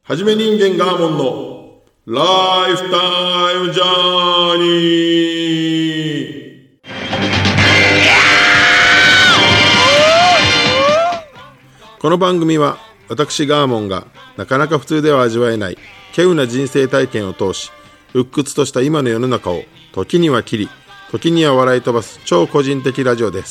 はじめ人間ガーモンのライフタイムジャーニー。この番組は私ガーモンがなかなか普通では味わえない稀有な人生体験を通し、鬱屈とした今の世の中を時には切り、時には笑い飛ばす超個人的ラジオです。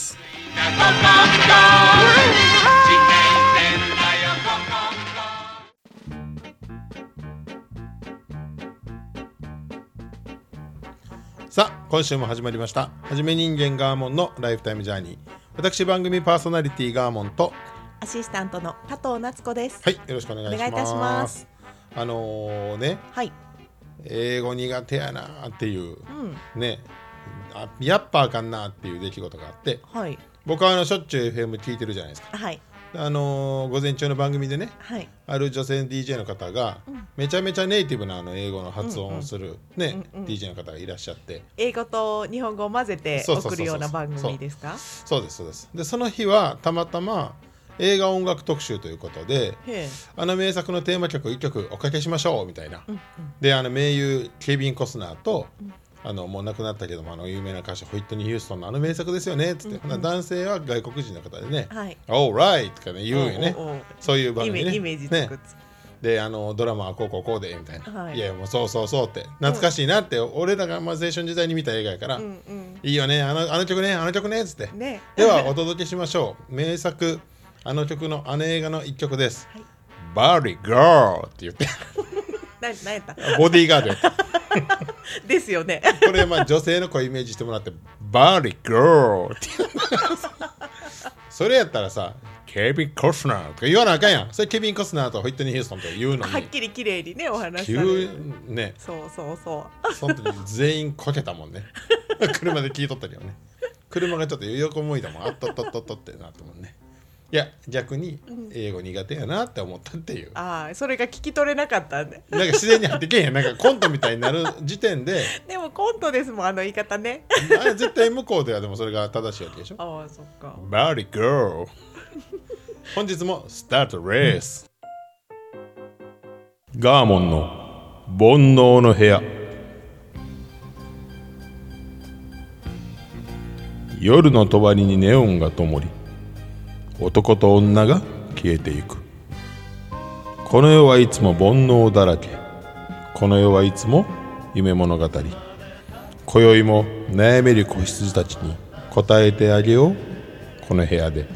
さあ、今週も始まりましたはじめ人間ガーモンのライフタイムジャーニー。私番組パーソナリティガーモンとアシスタントの加藤夏子です。 はい、よろしくお願いします。 お願いいたします。 ね、 はい、 英語苦手やなっていう、ね、やっぱあかんなっていう出来事があって、 はい、 僕はしょっちゅう FM 聞いてるじゃないですか。 はい、 午前中の番組でね、 はい、 ある女性 DJ の方が、めちゃめちゃネイティブな英語の発音をする、DJ の方がいらっしゃって、 英語と日本語を混ぜて送るような番組ですか？ そうですそうです。でその日はたまたま映画音楽特集ということで、名作のテーマ曲を1曲おかけしましょうみたいな、で名優ケビン・コスナーと、もう亡くなったけども有名な歌手ホイットニー・ヒューストンの名作ですよねっつって、男性は外国人の方でね、オーライとかね言うよね。そういう番組ね、 イメージつくでドラマはこうでみたいな、いやもうそうって懐かしいなって、俺らが青春時代に見た映画やから、いいよねあの曲ねっつって、ではお届けしましょう。名作映画の一曲です。バディガールって言って何やったボディーガードやったですよね。 これ女性の声イメージしてもらって、バディガールってそれやったらさ、ケビン・コスナーとか言わなあかんやん。それケビン・コスナーとホイットニー・ヒューストンと言うのにはっきり綺麗にねお話しされるね。 そうその時全員こけたもんね車で聞いとったけどね。車がちょっと横向いたもん、あっとってなってもんね。いや逆に英語苦手やなって思ったっていう、 それが聞き取れなかったんで、 なんか自然に入ってけんやん。なんかコントみたいになる時点ででもコントですもん、言い方ね絶対向こうではでもそれが正しいわけでしょ。 そっか。 バディガール本日もスタートレース、ガーモンの煩悩の部屋。夜の帳にネオンが灯り、男と女が消えていく。この世はいつも煩悩だらけ。この世はいつも夢物語。今宵も悩める子羊たちに答えてあげよう、この部屋で。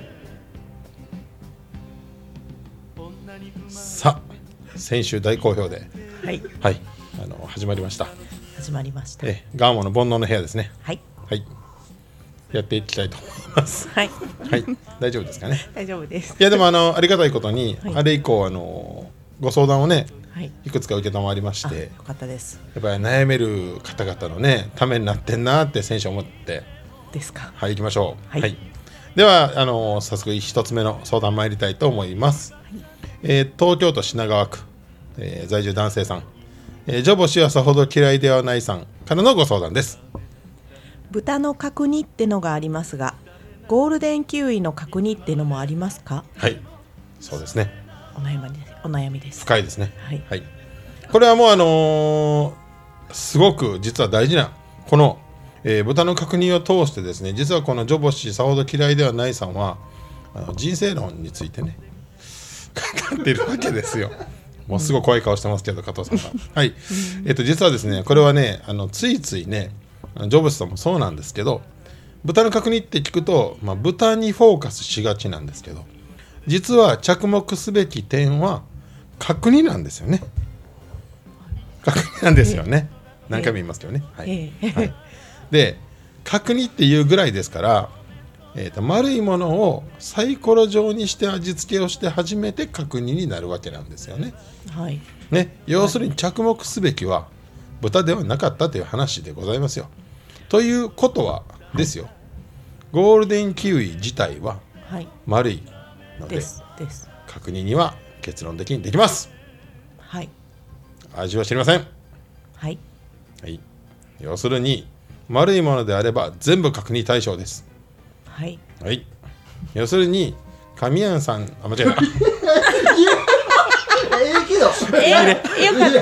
さあ、先週大好評で始まりました。ガーモンの煩悩の部屋ですね。やっていきたいと思います。大丈夫ですかね。 大丈夫です。 いやでもありがたいことに、あれ以降ご相談をね、いくつか受けたまわりまして、 よかったです。 やっぱり悩める方々のねためになってんなって先週思ってですか。 行きましょう。では早速一つ目の相談参りたいと思います。東京都品川区、在住男性さん、ジョボシはさほど嫌いではないさんからのご相談です。 豚の角煮ってのがありますが、ゴールデンキウイの角煮ってのもありますか？ そうですね。 お悩みです。 深いですね。これはもうすごく実は大事なこの、豚の角煮を通してですね、実はこのジョボシさほど嫌いではないさんは人生論についてね語っているわけですよ。もうすごい怖い顔してますけど加藤さんが実はですね、これはねついついねジョブスさんもそうなんですけど、豚の角煮って聞くと、豚にフォーカスしがちなんですけど、実は着目すべき点は角煮なんですよね。角煮なんですよね。何回も言いますけどね。で角煮っていうぐらいですから、丸いものをサイコロ状にして味付けをして初めて角煮になるわけなんですよね。要するに着目すべきは豚ではなかったという話でございますよ。ということはですよ、ゴールデンキウイ自体は丸いので、角煮には結論的にできます。味は知りません。要するに丸いものであれば全部角煮対象です。要するに神谷さん間違えたよかった。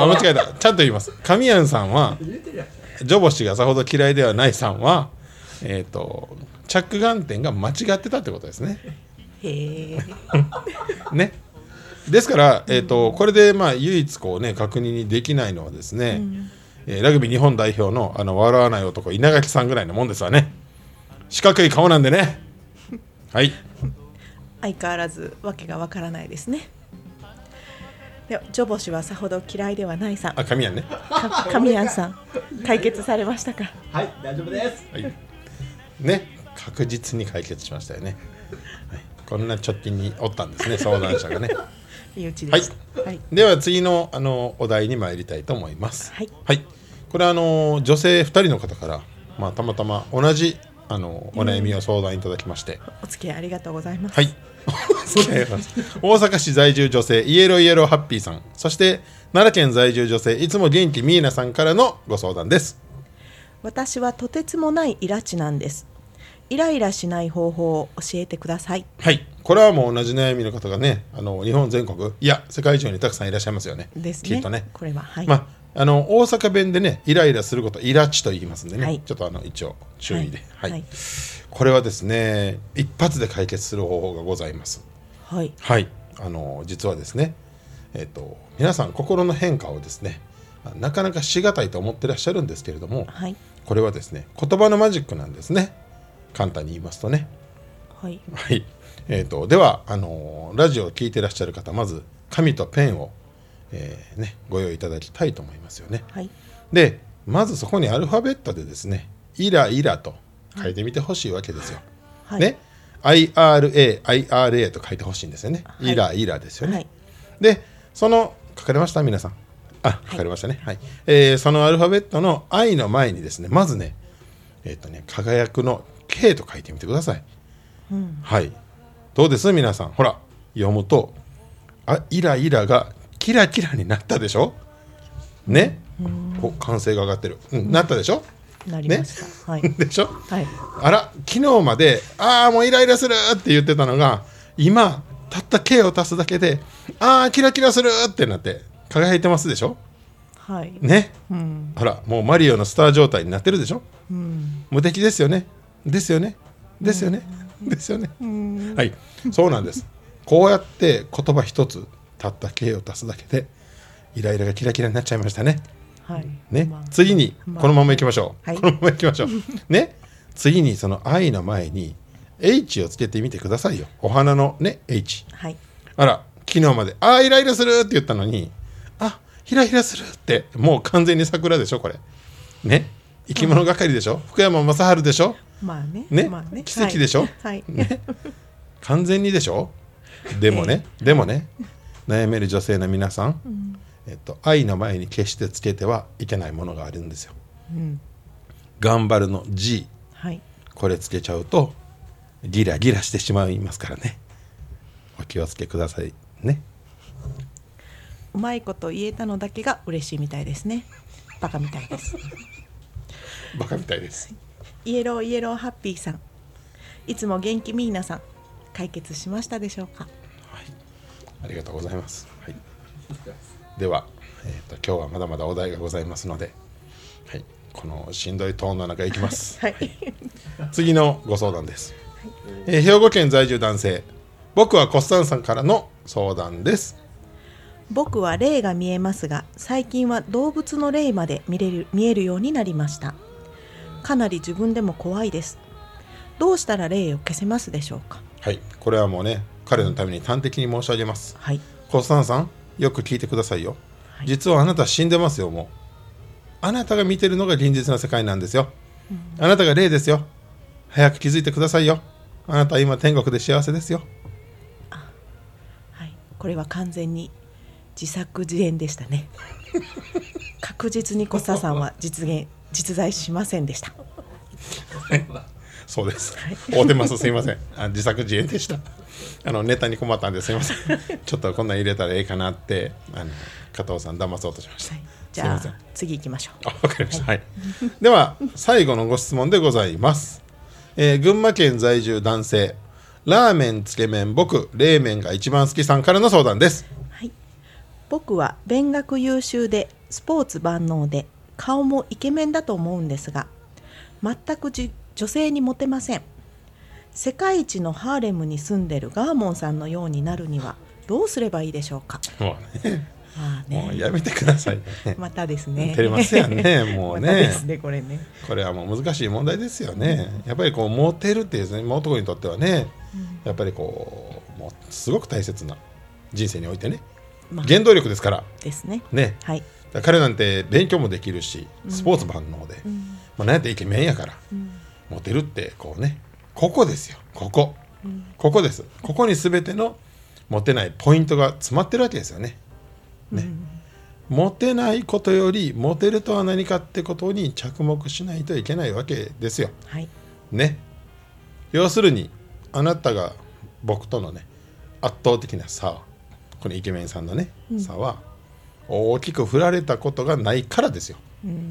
間違えた。ちゃんと言います。神谷さんはジョボシがさほど嫌いではないさんは着眼点が間違ってたってことですね。 へね。ですから、これで唯一こうね確認にできないのはですね、ラグビー日本代表の笑わない男稲垣さんぐらいのもんですわね。四角い顔なんでね。はい。 相変わらずわけがわからないですね。ではジョボシはさほど嫌いではないさん。 神谷ね。 神谷さん解決されましたか。 はい、大丈夫です。 はい。ね、確実に解決しましたよね。はい、こんな直近におったんですね、相談者がね。 身内です。 はい。では次のお題に参りたいと思います。 はい。 はい。これは女性2人の方からたまたま同じお悩みを相談いただきまして、 お付き合いありがとうございます。 はい。大阪市在住女性イエローイエローハッピーさん、そして奈良県在住女性いつも元気ミーナさんからのご相談です。 私はとてつもないイラチなんです。イライラしない方法を教えてください。 はい。これはもう同じ悩みの方がね、日本全国、いや世界中にたくさんいらっしゃいますよね。 ですね。 きっとね。 これははい。 大阪弁でね、イライラすることイラチと言いますんでね、 はい、 ちょっと一応注意で、 はいはい、 これはですね、一発で解決する方法がございます。 はい。 はい。実はですね、皆さん心の変化をですね、なかなかしがたいと思ってらっしゃるんですけれども、 はい、 これはですね、言葉のマジックなんですね。簡単に言いますとね。 はい。 はい。ではラジオを聞いてらっしゃる方、まず紙とペンを、ご用意いただきたいと思いますよね。 はい。 で、まずそこにアルファベットでですね、イライラと書いてみてほしいわけですよ。 はい、 ね、IRA と書いてほしいんですよね。イライラですよね。はい、で、書かれました皆さん。書かれましたね。はい。そのアルファベットの I の前にですね、まずね、輝くの K と書いてみてください。 うん、 はい。どうです皆さん。ほら、読むと、イライラがキラキラになったでしょ。ね。歓声が上がってる。なったでしょ。 なりました。ね、はい。 でしょ。 はい。 あら、昨日までもうイライラするって言ってたのが、今たった K を足すだけでキラキラするってなって輝いてますでしょ。 はい。 ね。あら、もうマリオのスター状態になってるでしょ。無敵ですよね。ですよね。ですよね。ですよね。はい。そうなんです。こうやって言葉一つたった K を足すだけでイライラがキラキラになっちゃいましたね。 はい。 ね。次にこのままいきましょう。はい、このままいきましょう。ね。次にその I の前に H をつけてみてくださいよ。お花のね H。 はい。 あら、昨日までイライラするって言ったのにヒラヒラするってもう完全に桜でしょこれ。ね。生き物係でしょ。福山雅治でしょ。ね。奇跡でしょ。 はい。 ね。完全にでしょ。でもね、悩める女性の皆さん、愛の前に決してつけてはいけないものがあるんですよ。頑張るの G、 はい、 これつけちゃうとギラギラしてしまいますからね。お気をつけくださいね。 うまいこと言えたのだけが嬉しいみたいですね。バカみたいです。 バカみたいです。 イエローイエローハッピーさん、いつも元気ミーナさん、解決しましたでしょうか。 はい、ありがとうございます。はい、では、今日はまだまだお題がございますので、はい、このしんどいトーンの中いきます。 はいはい、次のご相談です。兵庫県在住男性、僕はコッサンさんからの相談です。 僕は霊が見えますが、最近は動物の霊まで見えるようになりました。かなり自分でも怖いです。どうしたら霊を消せますでしょうか。 はい、これはもうね、彼のために端的に申し上げます。 はい、 コッサンさん、よく聞いてくださいよ。はい、実はあなた死んでますよ。もうあなたが見てるのが現実の世界なんですよ。あなたが霊ですよ。早く気づいてくださいよ。あなたは今天国で幸せですよ。 はい、これは完全に自作自演でしたね。確実にコッサさんは実在しませんでした。 そうです。合うてます。すいません。自作自演でした。ネタに困ったんですいません。ちょっとこんなん入れたらええかなって加藤さん騙そうとしました。はい、 じゃあ次行きましょう。 わかりました。はい。では最後のご質問でございます。群馬県在住男性、 ラーメン、つけ麺、僕、冷麺が一番好きさんからの相談です。 はい、僕は勉学優秀でスポーツ万能で顔もイケメンだと思うんですが、全く女性にモテません。世界一のハーレムに住んでるガーモンさんのようになるにはどうすればいいでしょうか。 もうね、もうやめてくださいね。 またですね。 照れますやんね、もうね。 またですね、これね。 これはもう難しい問題ですよね。やっぱりこうモテるっていうですね、男にとってはね、やっぱりこうもうすごく大切な人生においてね、原動力ですからですね。 ね。 はい。 彼なんて勉強もできるし、スポーツ万能で、まあなんやってイケメンやから、モテるってこうね、ここですよ。ここです。ここに全てのモテないポイントが詰まってるわけですよね。ね。モテないことよりモテるとは何かってことに着目しないといけないわけですよ。 はい。 ね。要するにあなたが僕とのね圧倒的な差、このイケメンさんのね、差は大きく振られたことがないからですよ。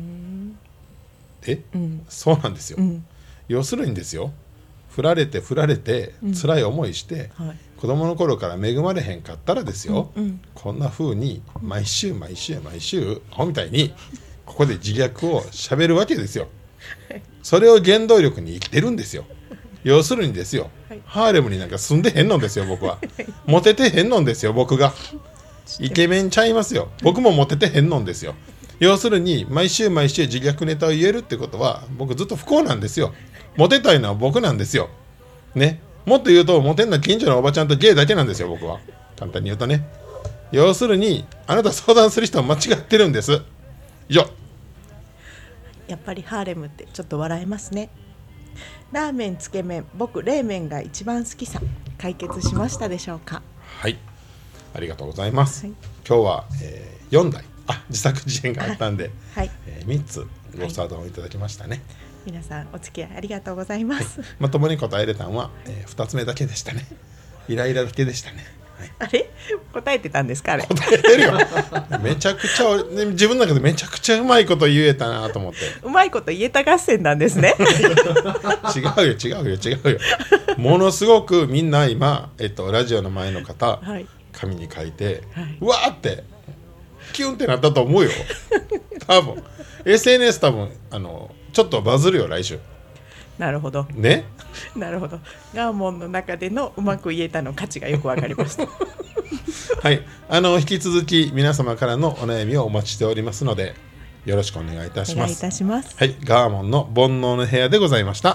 そうなんですよ。要するにですよ、振られて辛い思いして、子供の頃から恵まれへんかったらですよ、こんな風に毎週アホみたいにここで自虐をしゃべるわけですよ。それを原動力に生きてるんですよ。要するにですよ、ハーレムになんか住んでへんのですよ。僕はモテてへんのですよ。僕がイケメンちゃいますよ。僕もモテてへんのですよ。要するに毎週自虐ネタを言えるってことは僕ずっと不幸なんですよ。モテたいのは僕なんですよね。もっと言うとモテんのは近所のおばちゃんとゲイだけなんですよ。僕は簡単に言うとね。要するにあなた相談する人は間違ってるんです。以上。 やっぱりハーレムってちょっと笑えますね。ラーメン、つけ麺、僕冷麺が一番好きさ、解決しましたでしょうか。 はい、ありがとうございます。 はい、 今日は、4題自作自演があったんで、 はい、 3つご相談をいただきましたね。 皆さんお付き合いありがとうございます。 まともに答えれたのは、2つ目だけでしたね。イライラだけでしたね。 あれ答えてたんですか。あれ答えてるよ。めちゃくちゃ自分の中でめちゃくちゃうまいこと言えたなと思って。 うまいこと言えた合戦なんですね。 違うよ。ものすごくみんな今、ラジオの前の方、紙に書いて、うわーってキュンってなったと思うよ。多分 SNS 多分ちょっとバズるよ来週。 なるほどね。 なるほど。ガーモンの中でのうまく言えたの価値がよくわかりました。 はい、引き続き皆様からのお悩みをお待ちしておりますのでよろしくお願いいたします。 お願いいたします。 はい、ガーモンの煩悩の部屋でございました。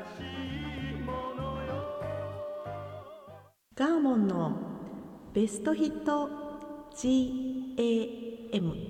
ガーモンのベストヒット GAM。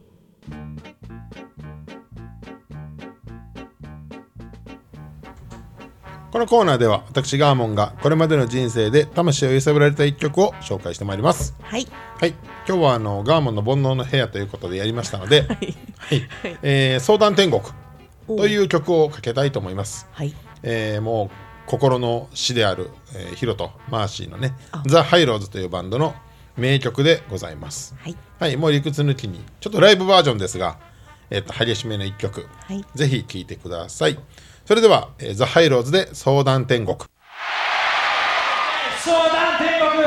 このコーナーでは私ガーモンがこれまでの人生で魂を揺さぶられた一曲を紹介してまいります。 はい、 はい、今日はガーモンの煩悩の部屋ということでやりましたので、相談天国という曲をかけたいと思います。 はい、 もう心の師である、ヒロとマーシーのねザ・ハイローズというバンドの名曲でございます。 はい、 はい、もう理屈抜きにちょっとライブバージョンですが、激しめの一曲、ぜひ聴いてください。それでは、ザ・ハイローズで相談天国。 相談天国。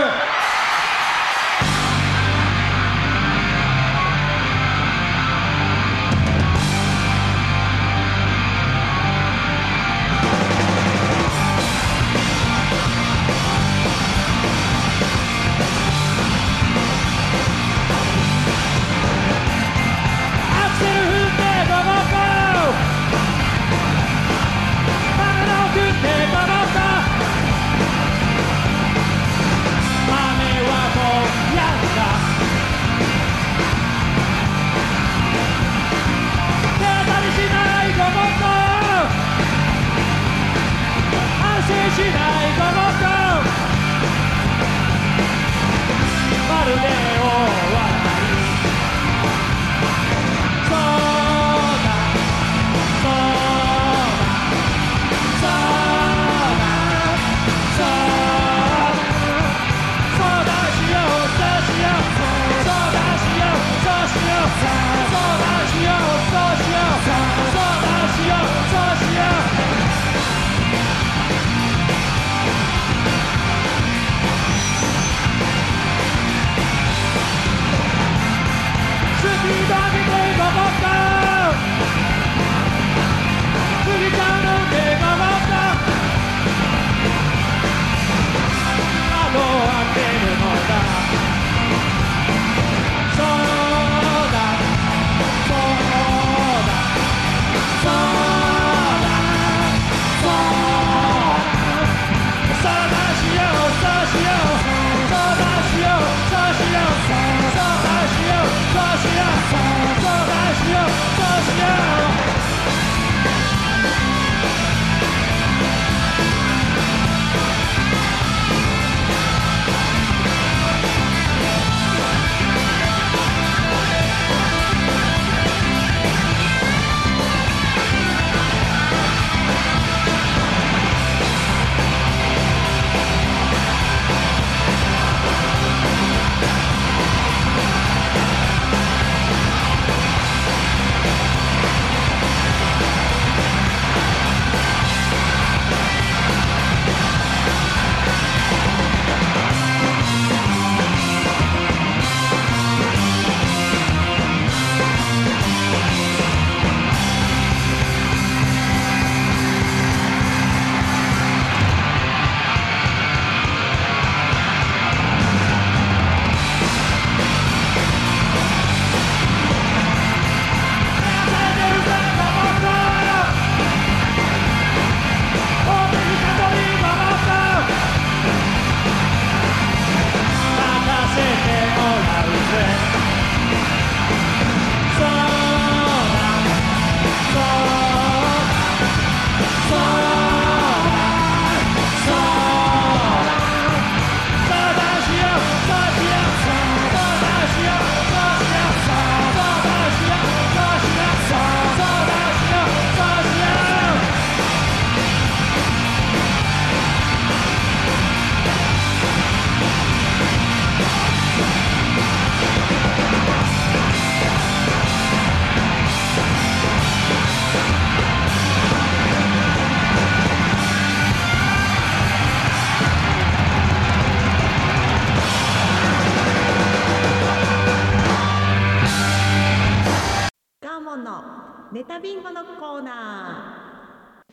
ネタビンゴのコーナ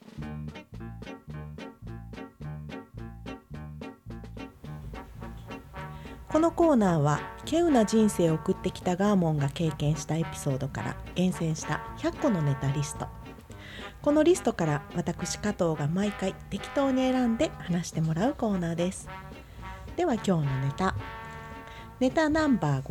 ー。このコーナーは稀有な人生を送ってきたガーモンが経験したエピソードから厳選した100個のネタリスト。このリストから私加藤が毎回適当に選んで話してもらうコーナーです。では今日のネタナンバー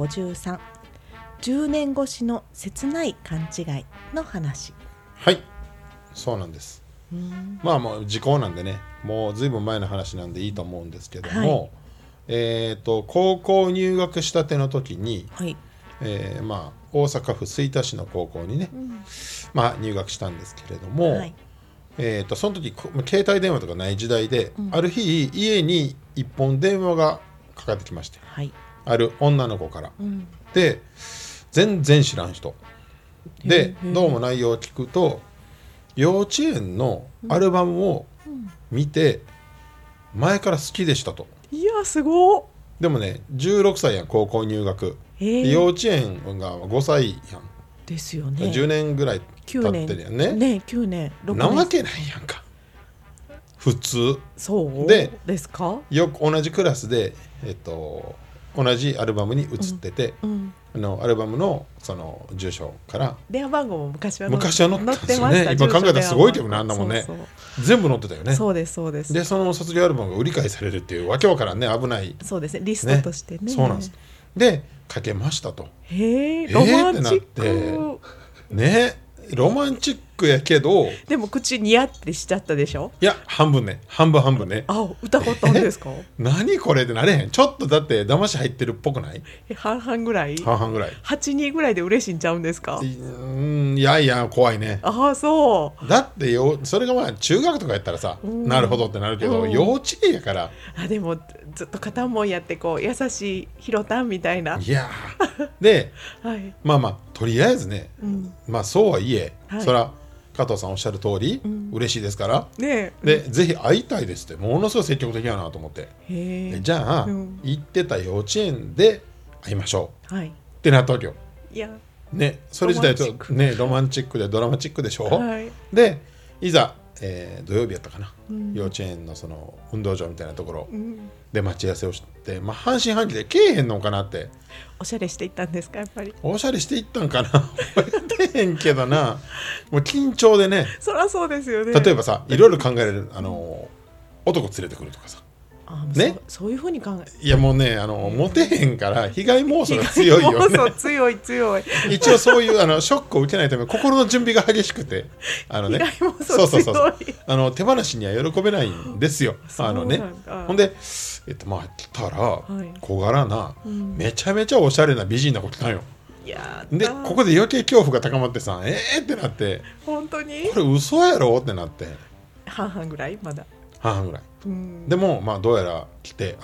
53、10年越しの切ない勘違いの話。 はい、そうなんです。まあもう時効なんでね、もうずいぶん前の話なんでいいと思うんですけども、高校入学したての時に、まあ大阪府吹田市の高校にね、まあ入学したんですけれども、その時携帯電話とかない時代で、ある日家に一本電話がかかってきまして、ある女の子から、で全然知らん人で、どうも内容を聞くと幼稚園のアルバムを見て前から好きでしたと。 いやすごっ。 でもね16歳やん、高校入学、幼稚園が5歳やんですよね。 10年ぐらい経ってるやんね。 9年なわけないやんか普通。 そうですか。 よく同じクラスで、同じアルバムに写ってて、アルバムのその住所から電話番号も昔は載ってたんですよね。今考えたらすごいけどね、あんなもんね。全部載ってたよね。 そうですそうです。 でその卒業アルバムが売り買いされるっていうわけわからんね、危ない。 そうですね、リストとしてね。 そうなんです。でかけましたと。 ロマンチックね。ロマンチックやけど、 でも口ニヤってしちゃったでしょ。 いや半分ね、半分ね。 あ、歌ったんですか。何これってなれへん。ちょっとだって騙し入ってるっぽくない。 半々ぐらい。8-2ぐらいで嬉しいんちゃうんですか。 いや怖いね。 ああそうだってそれがまあ中学とかやったらさ、なるほどってなるけど、幼稚園やから。 でもずっと片思いやってこう優しいひろたんみたいな。 いやで、まあとりあえずね、まあそうはいえ、そら加藤さんおっしゃる通り、嬉しいですから、でぜひ会いたいですってものすごい積極的やなと思って、じゃあ、行ってた幼稚園で会いましょう、ってなったわけよ。 いやね、それ自体ちょっとねロマンチックでドラマチックでしょ、でいざ、土曜日やったかな、幼稚園のその運動場みたいなところで待ち合わせをして、まあ半信半疑でけえへんのかなって。 おしゃれしていったんですか。やっぱりおしゃれしていったんかな覚えてへんけどな、もう緊張でね。 そりゃそうですよね。 例えばさ、いろいろ考えられる、男連れてくるとかさ、 ね、そういうふうに考え。 いやもうね、モテへんから被害妄想が強いよね。 強い一応そういうショックを受けないため心の準備が激しくて、ね、 被害妄想強い。 そう手放しには喜べないんですよ。ほんでまあ来たら、小柄な、めちゃめちゃおしゃれな美人な子来たんよ。でここで余計恐怖が高まってさ、ってなって、本当にこれ嘘やろってなって、 半々ぐらい。 半々ぐらい。でもまあどうやら来て、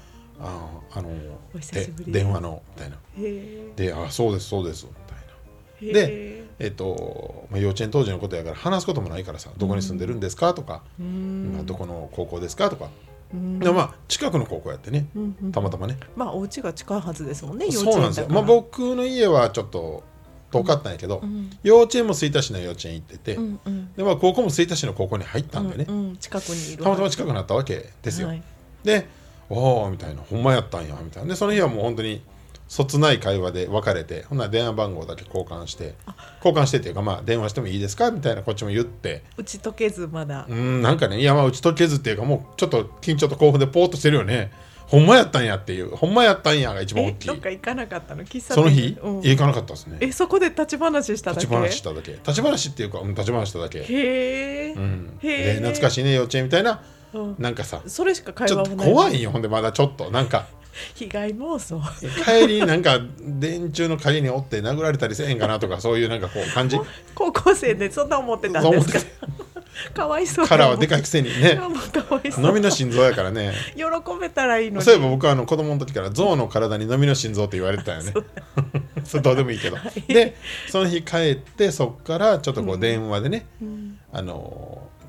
電話のみたいな。でそうですみたいな。で幼稚園当時のことやから話すこともないからさ、どこに住んでるんですかとか、どこの高校ですかとか。でまあ近くの高校やってね、たまたまね。まあお家が近いはずですもんね。 そうなんですよ。まあ僕の家はちょっと遠かったんやけど、幼稚園も吹田市の幼稚園行ってて、でまあ高校も吹田市の高校に入ったんでね、 近くにいる、 たまたま近くなったわけですよ。でおおみたいな、ほんまやったんやみたいな。でその日はもう本当にそつない会話で別れて、ほんなら電話番号だけ交換してっていうか、まあ電話してもいいですかみたいな、こっちも言って、 打ち解けずまだなんかね、いやまあ打ち解けずっていうか、もうちょっと緊張と興奮でポーっとしてるよね。ほんまやったんやっていう、ほんまやったんやが一番大きい。 どっか行かなかったの？喫茶店。 その日、行かなかったですね。 そこで立ち話しただけ。 立ち話っていうか、立ち話しただけ。へえ。懐かしいね幼稚園みたいな、なんかさ、 それしか会話もない。 ちょっと怖いよ。ほんでまだちょっとなんか被害妄想。 帰りなんか電柱の陰におって殴られたりせえへんかなとか、そういうなんかこう感じ。 高校生でそんな思ってたんですか。かわいそう。 カラーはでかいくせにね。飲みの心臓やからね。 喜べたらいいのに。 そういえば僕は子供の時から象の体に飲みの心臓って言われてたよね。それどうでもいいけど。でその日帰って、そっからちょっとこう電話でね、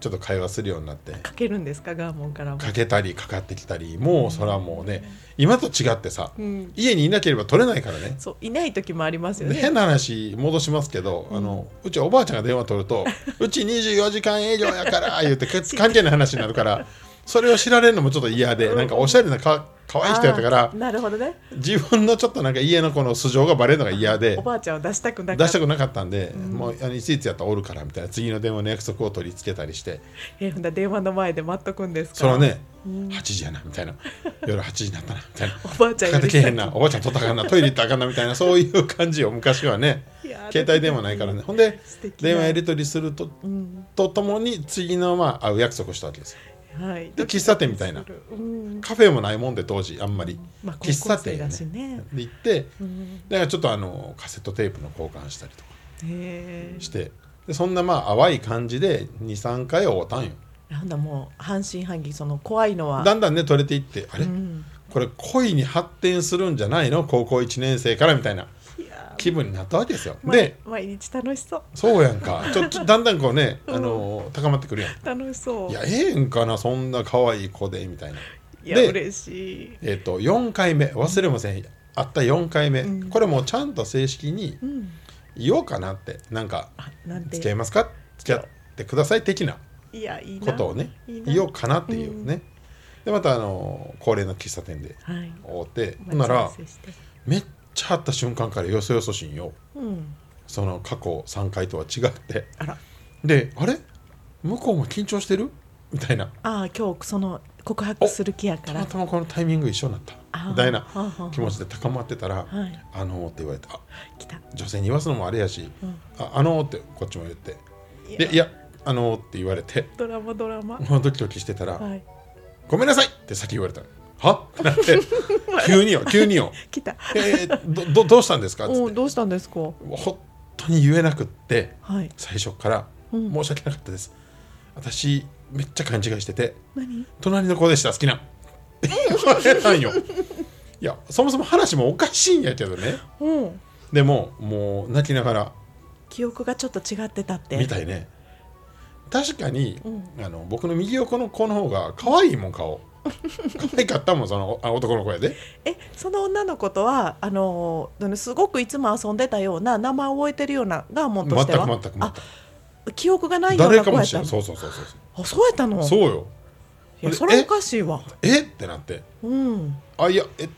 ちょっと会話するようになって、 かけるんですか、ガーモンからも。 かけたりかかってきたり、もうそれはもうね、今と違ってさ、 うん、 家にいなければ取れないからね。 そう、いない時もありますよね。 変な話戻しますけど、うちおばあちゃんが電話取るとうち24時間営業やから言って関係ない話になるから、それを知られるのもちょっと嫌で、なんかおしゃれなかわいい人やったから、 なるほどね、 自分のちょっとなんか家のこの素性がバレるのが嫌で、 おばあちゃんを出したくなかったんで、もういついつやったらおるからみたいな、次の電話の約束を取り付けたりして、 ほんだ電話の前で待っとくんですか。 それはね、8時やなみたいな、夜8時になったなみたいな、 おばあちゃんかかってけへんな、おばあちゃん取ったらあかんな、トイレ行ったらあかんなみたいな、そういう感じを昔はね、携帯電話ないからね。ほんで電話やり取りするとともに次の会う約束をしたわけですよ。 はい、 で喫茶店みたいな、カフェもないもんで当時あんまり、喫茶店やねで行って、だからちょっとカセットテープの交換したりとかして、でそんな淡い感じで 2,3 回会うたんよ。 なんだ、もう半信半疑、その怖いのはだんだんね取れていって、あれ、これ恋に発展するんじゃないの、高校1年生からみたいな気分になったわけですよ。で毎日楽しそう。 そうやんか、ちょっとだんだんこうね、高まってくるやん。 楽しそう。 いやんかな、そんな可愛い子でみたいな。 いや嬉しい。 4回目忘れません、あった4回目、これもちゃんと正式に言おうかなって、なんか付き合いますか、付き合ってください的なことをね言おうかなっていうね。でまた恒例の喫茶店で会って、ほんならめっちゃ会った瞬間からよそよそしいんよ、その過去3回とは違って。であれ向こうも緊張してるみたいな、 今日その告白する気やから、 たまたまこのタイミング一緒になったみたいな気持ちで高まってたら、って言われた。 来た、 女性に言わすのもあれやし、ってこっちも言って、でいやって言われて、 ドラマドキドキしてたら、ごめんなさいって先言われた。はってなって急によ来た、 どうしたんですかっつって、 どうしたんですか、 本当に言えなくって、最初から申し訳なかったです、私めっちゃ勘違いしてて、隣の子でした、好きなって言われたんよ。いやそもそも話もおかしいんやけどね、でももう泣きながら、 記憶がちょっと違ってたってみたいね。確かに、僕の右横の子の方が可愛いもん、顔可愛かったもん、その男の子やで。 その女の子とはすごくいつも遊んでたような、名前覚えてるようなガーモンとしては全く記憶がないような子やったの。 誰かもしれない。そうそうやったの。 そうよ。 いやそれおかしいわ。 ってなって、いやって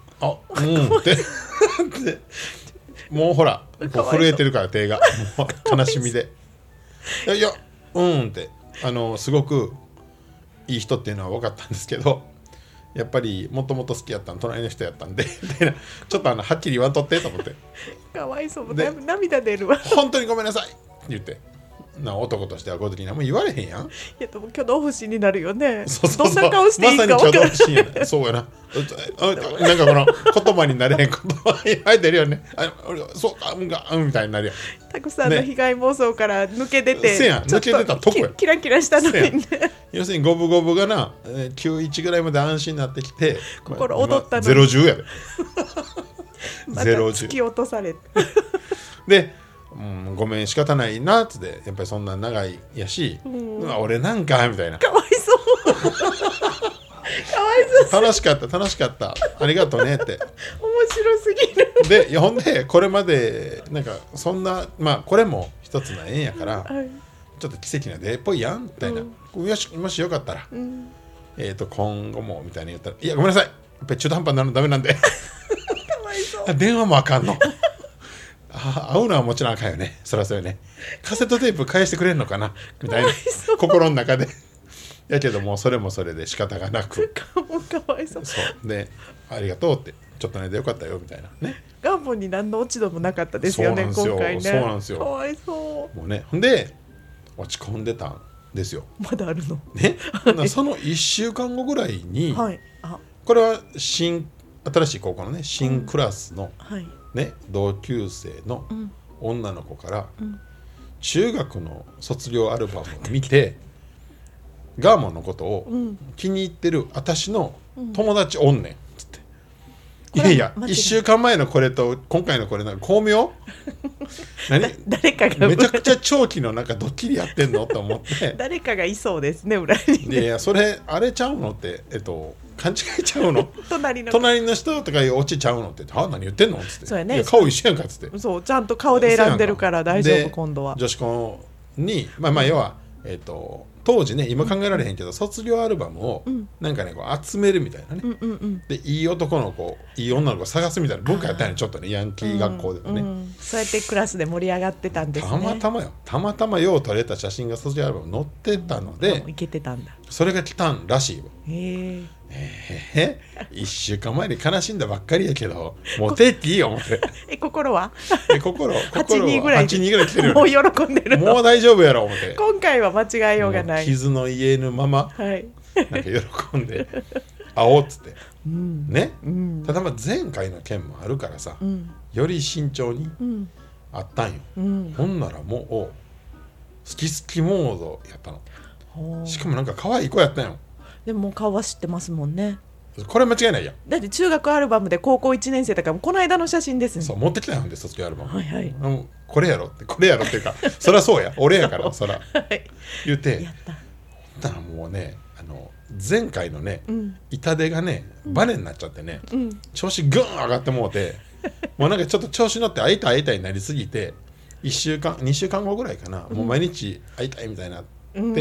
もうほら震えてるから手がもう悲しみでいやってすごくいい人っていうのは分かったんですけど、やっぱりもともと好きやったの隣の人やったんでみたいな、ちょっとはっきり言わんとってと思って、 かわいそう、涙出るわ。 本当にごめんなさいって言って、男としてはこういう時にはもう言われへんやん。いやでも挙動不審になるよね。 そうどんな顔していいか分からない。 まさに挙動不審やな。そうやな。なんかこの言葉になれへん言葉いっぱい出るよね。そうかみたいになるよ。 たくさんの被害妄想から抜け出て、 抜け出たとこや。 キラキラしたのにね。 要するに五分五分がな91ぐらいまで安心になってきて、 心躍ったのに 010やで。 また突き落とされてで、ごめん仕方ないなっつって、やっぱりそんな長いやし、俺なんかみたいな、 かわいそうかわいそう楽しかったありがとうねって面白すぎる。 でほんでこれまでなんかそんなこれも一つの縁やから、ちょっと奇跡な出会いっぽいやんみたいな、もしよかったら、今後もみたいに言ったら、いやごめんなさい、やっぱり中途半端になるのダメなんでかわいそう電話もあかんの会うのはもちろんあかんよね、そりゃそうよね、カセットテープ返してくれんのかなみたいな心の中でやけども、それもそれで仕方がなくかわいそう。 そうで、ありがとうって、ちょっと寝てよかったよみたいなね。 ガンボンに何の落ち度もなかったですよね、今回ね。 そうなんですよ。 かわいそう。 もうね、ほんで落ち込んでたんですよ。 まだあるのね。その1週間後ぐらいに、これは新しい高校のね、新クラスの、ね、同級生の女の子から、中学の卒業アルバムを見て、ガーモンのことを気に入ってる私の友達おんねんつって、 いやいや1週間前のこれと今回のこれなんか巧妙何誰かがめちゃくちゃ長期のなんかドッキリやってんのと思って誰かがいそうですね裏にね。 いやそれあれちゃうのって勘違いちゃうの隣の人とか落ちちゃうのって何言ってんのっつってそうやねいや顔一緒やんかっつってそうちゃんと顔で選んでるから大丈夫今度は女子校にまあ要は当時ね今考えられへんけど、卒業アルバムをなんかねこう集めるみたいなね、でいい男の子いい女の子を探すみたいな文化やったんやちょっとねヤンキー学校でもね、 そうやってクラスで盛り上がってたんですね。 たまたまよう撮れた写真が卒業アルバムに載ってたので、 いけてたんだ。 それが来たんらしいよ。 へえ1週間前に悲しんだばっかりやけどモテっていいよ思って心は心 8人ぐらい来てるよ、 もう喜んでるもう大丈夫やろ思って今回は間違いようがない。 傷の癒えぬまま、 はい、 なんか喜んで会おうっつって、ね、ただまあ前回の件もあるからさ、より慎重にあったんよ、ほんならもう好き好きモードやったの。しかもなんか可愛い子やったんよ。 でももう顔は知ってますもんね。 これ間違いないやん。 だって中学アルバムで高校1年生だからこの間の写真ですね。 そう持ってきたよんで卒業アルバム、 はいはい、 これやろっていうかそりゃそうや俺やからそら言うてやっただからもうね前回のね、痛手がねバネになっちゃってね、調子グーン上がってもうてもうなんかちょっと調子乗って会いたいになりすぎて1週間2週間後ぐらいかな、もう毎日会いたいみたいになって、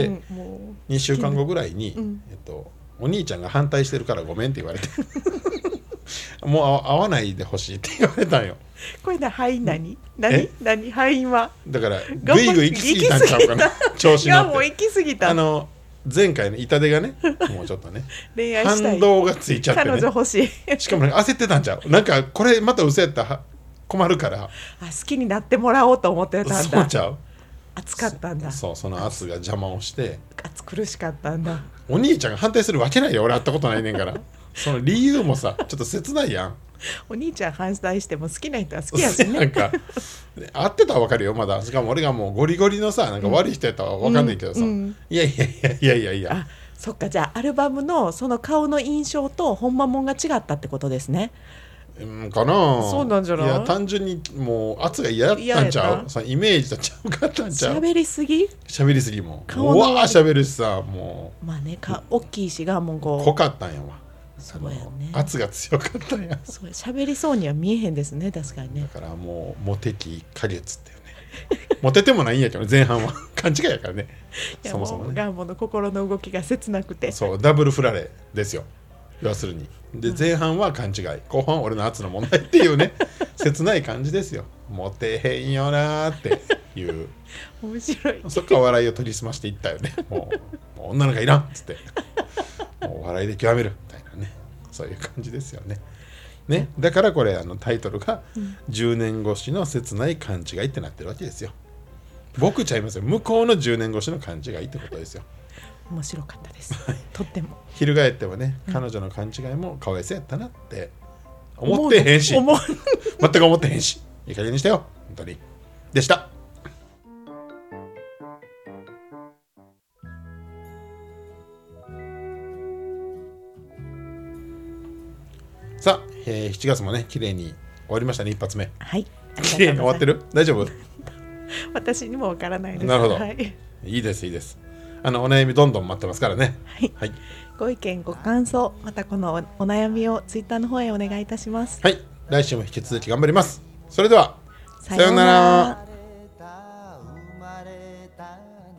もう2週間後ぐらいに、お兄ちゃんが反対してるからごめんって言われてもう会わないでほしいって言われたんよ。 これで敗因何敗因はだからグイグイ行き過ぎたんちゃうかな調子乗って。 もう行き過ぎた前回の痛手がねもうちょっとね恋愛したい反動がついちゃってね、 彼女欲しいしかも、ね、焦ってたんちゃう。なんかこれまた嘘やったら困るから好きになってもらおうと思ってたんだ。 そうちゃう。 熱かったんだ。 その圧が邪魔をして熱苦しかったんだ。 お兄ちゃんが反対するわけないよ俺会ったことないねんからその理由もさちょっと切ないやん。 お兄ちゃん反対しても好きな人は好きやしね。 なんか会ってたら分かるよまだ。しかも俺がもうゴリゴリのさなんか悪い人やったら分かんないけどさ、いやあ、そっか。じゃあアルバムのその顔の印象とほんまもんが違ったってことですね。 かな。 そうなんじゃない。 いや単純にもう圧が嫌やったんちゃう。そのイメージとちゃうかったんちゃう。 喋りすぎもううわー喋るしさもうまあね大きいしがもうこう濃かったんやわ。 そうやね、 圧が強かったんや。 そう喋りそうには見えへんですね確かにね。 だからもうモテ期1ヶ月っていうねモテてもないんやけど前半は勘違いやからね。そもそもねガンボの心の動きが切なくてそうダブルフラレですよ要するに。で前半は勘違い後半は俺の圧の問題っていうね切ない感じですよ。モテへんよなーっていう面白い。 そっから笑いを取り澄ましていったよね。もう女なんかいらんっつってもう笑いで極めるみたいなねそういう感じですよね。だからこれタイトルが10年越しの切ない勘違いってなってるわけですよ。僕ちゃいますよ。向こうの10年越しの勘違いってことですよ。 面白かったですとっても。 翻ってはね彼女の勘違いもかわいそうやったなって思ってへんし全く思ってへんしいい加減にしてよ本当にでした。さあ、7月もね綺麗に終わりましたね。一発目はい綺麗に終わってる。大丈夫私にもわからないです。 なるほど、 はい、 いいですお悩みどんどん待ってますからね。 はい、ご意見ご感想またこのお悩みをツイッターの方へお願いいたします。 はい、来週も引き続き頑張ります。それではさようなら。